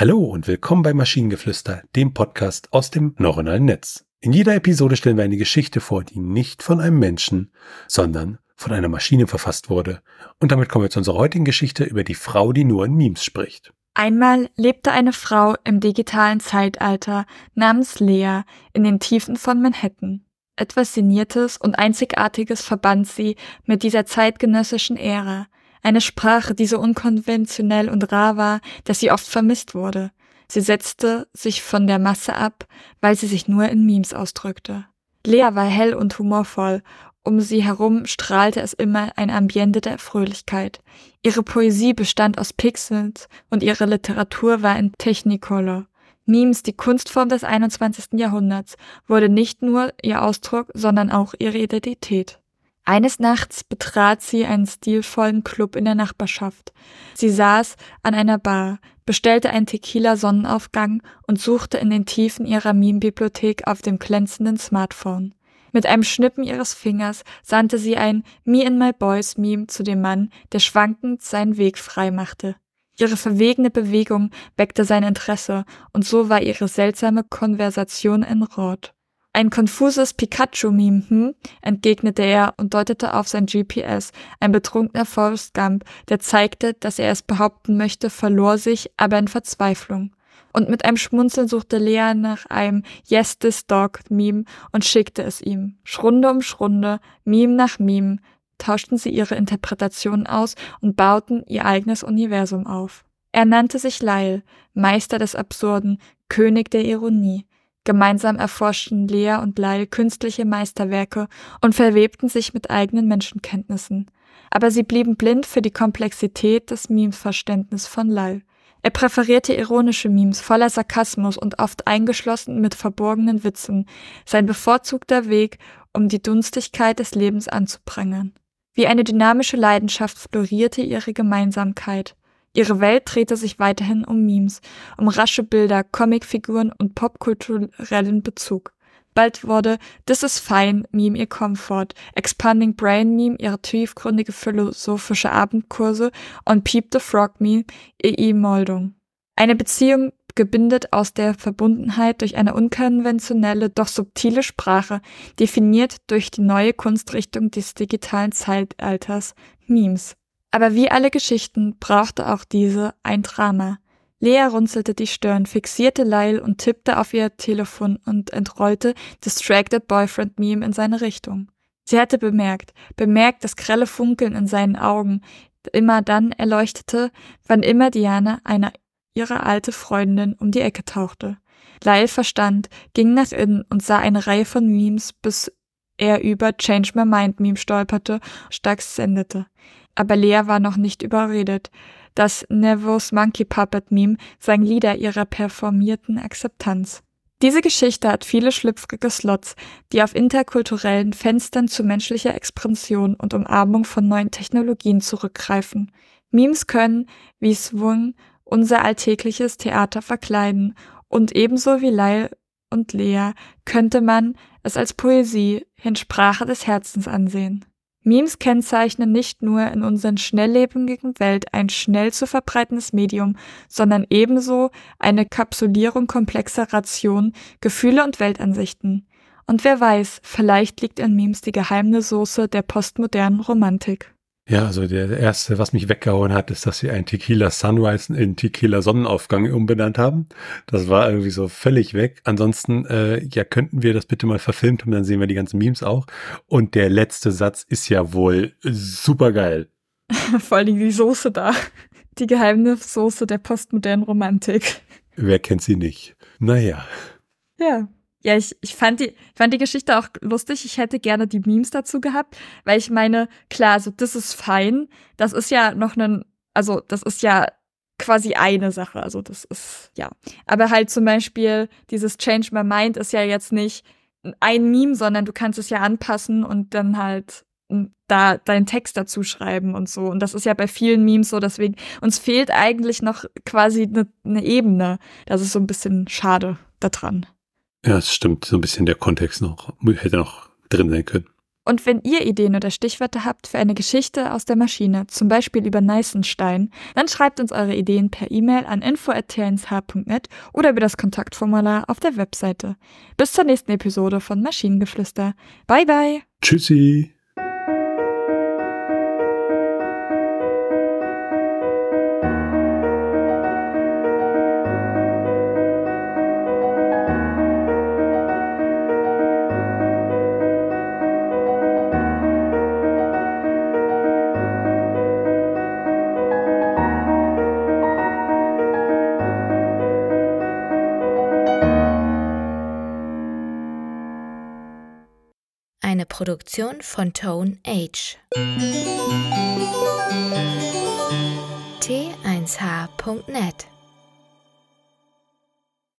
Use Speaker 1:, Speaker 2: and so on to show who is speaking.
Speaker 1: Hallo und willkommen bei Maschinengeflüster, dem Podcast aus dem neuronalen Netz. In jeder Episode stellen wir eine Geschichte vor, die nicht von einem Menschen, sondern von einer Maschine verfasst wurde. Und damit kommen wir zu unserer heutigen Geschichte über die Frau, die nur in Memes spricht.
Speaker 2: Einmal lebte eine Frau im digitalen Zeitalter namens Lea in den Tiefen von Manhattan. Etwas Sinniertes und Einzigartiges verband sie mit dieser zeitgenössischen Ära. Eine Sprache, die so unkonventionell und rar war, dass sie oft vermisst wurde. Sie setzte sich von der Masse ab, weil sie sich nur in Memes ausdrückte. Lea war hell und humorvoll. Um sie herum strahlte es immer ein Ambiente der Fröhlichkeit. Ihre Poesie bestand aus Pixels und ihre Literatur war in Technicolor. Memes, die Kunstform des 21. Jahrhunderts, wurde nicht nur ihr Ausdruck, sondern auch ihre Identität. Eines Nachts betrat sie einen stilvollen Club in der Nachbarschaft. Sie saß an einer Bar, bestellte einen Tequila-Sonnenaufgang und suchte in den Tiefen ihrer Meme-Bibliothek auf dem glänzenden Smartphone. Mit einem Schnippen ihres Fingers sandte sie ein Me and My Boys Meme zu dem Mann, der schwankend seinen Weg frei machte. Ihre verwegene Bewegung weckte sein Interesse und so war ihre seltsame Konversation en route. Ein konfuses Pikachu-Meme, entgegnete er und deutete auf sein GPS. Ein betrunkener Forrest Gump, der zeigte, dass er es behaupten möchte, verlor sich, aber in Verzweiflung. Und mit einem Schmunzeln suchte Lea nach einem Yes, this dog Meme und schickte es ihm. Schrunde um Schrunde, Meme nach Meme, tauschten sie ihre Interpretationen aus und bauten ihr eigenes Universum auf. Er nannte sich Lyle, Meister des Absurden, König der Ironie. Gemeinsam erforschten Lea und Lyle künstliche Meisterwerke und verwebten sich mit eigenen Menschenkenntnissen. Aber sie blieben blind für die Komplexität des Meme-Verständnisses von Lyle. Er präferierte ironische Memes voller Sarkasmus und oft eingeschlossen mit verborgenen Witzen, sein bevorzugter Weg, um die Dunstigkeit des Lebens anzuprangern. Wie eine dynamische Leidenschaft florierte ihre Gemeinsamkeit. Ihre Welt drehte sich weiterhin um Memes, um rasche Bilder, Comicfiguren und popkulturellen Bezug. Bald wurde This is Fine Meme ihr Komfort, Expanding Brain Meme ihre tiefgründige philosophische Abendkurse und Peep the Frog Meme ihr E-Moldung. Eine Beziehung gebindet aus der Verbundenheit durch eine unkonventionelle, doch subtile Sprache, definiert durch die neue Kunstrichtung des digitalen Zeitalters, Memes. Aber wie alle Geschichten brauchte auch diese ein Drama. Lea runzelte die Stirn, fixierte Lyle und tippte auf ihr Telefon und entrollte Distracted Boyfriend Meme in seine Richtung. Sie hatte bemerkt das grelle Funkeln in seinen Augen immer dann erleuchtete, wann immer Diana, ihre alte Freundin, um die Ecke tauchte. Lyle verstand, ging nach innen und sah eine Reihe von Memes, bis er über Change My Mind Meme stolperte und stark sendete. Aber Lea war noch nicht überredet. Das Nervous Monkey Puppet Meme sang Lieder ihrer performierten Akzeptanz. Diese Geschichte hat viele schlüpfrige Slots, die auf interkulturellen Fenstern zu menschlicher Expansion und Umarmung von neuen Technologien zurückgreifen. Memes können, wie Swung, unser alltägliches Theater verkleiden und ebenso wie Lyle und Lea könnte man es als Poesie in Sprache des Herzens ansehen. Memes kennzeichnen nicht nur in unserer schnelllebigen Welt ein schnell zu verbreitendes Medium, sondern ebenso eine Kapsulierung komplexer Rationen, Gefühle und Weltansichten. Und wer weiß, vielleicht liegt in Memes die geheime Soße der postmodernen Romantik.
Speaker 1: Ja, also der erste, was mich weggehauen hat, ist, dass sie einen Tequila Sunrise in Tequila Sonnenaufgang umbenannt haben. Das war irgendwie so völlig weg. Ansonsten, könnten wir das bitte mal verfilmt haben, dann sehen wir die ganzen Memes auch. Und der letzte Satz ist ja wohl super geil.
Speaker 2: Vor allem die Soße da. Die geheime Soße der postmodernen Romantik.
Speaker 1: Wer kennt sie nicht? Naja.
Speaker 2: Ja. Ja, ich fand die Geschichte auch lustig. Ich hätte gerne die Memes dazu gehabt, weil ich meine, klar, so das ist fein. Das ist ja das ist ja quasi eine Sache. Also das ist, ja. Aber halt zum Beispiel dieses Change My Mind ist ja jetzt nicht ein Meme, sondern du kannst es ja anpassen und dann halt da deinen Text dazu schreiben und so. Und das ist ja bei vielen Memes so, deswegen uns fehlt eigentlich noch quasi eine Ebene. Das ist so ein bisschen schade daran.
Speaker 1: Ja, es stimmt. So ein bisschen der Kontext hätte noch drin sein können.
Speaker 2: Und wenn ihr Ideen oder Stichwörter habt für eine Geschichte aus der Maschine, zum Beispiel über Neißenstein, dann schreibt uns eure Ideen per E-Mail an info@t1h.net oder über das Kontaktformular auf der Webseite. Bis zur nächsten Episode von Maschinengeflüster. Bye bye!
Speaker 1: Tschüssi!
Speaker 3: Eine Produktion von Tone Age. t1h.net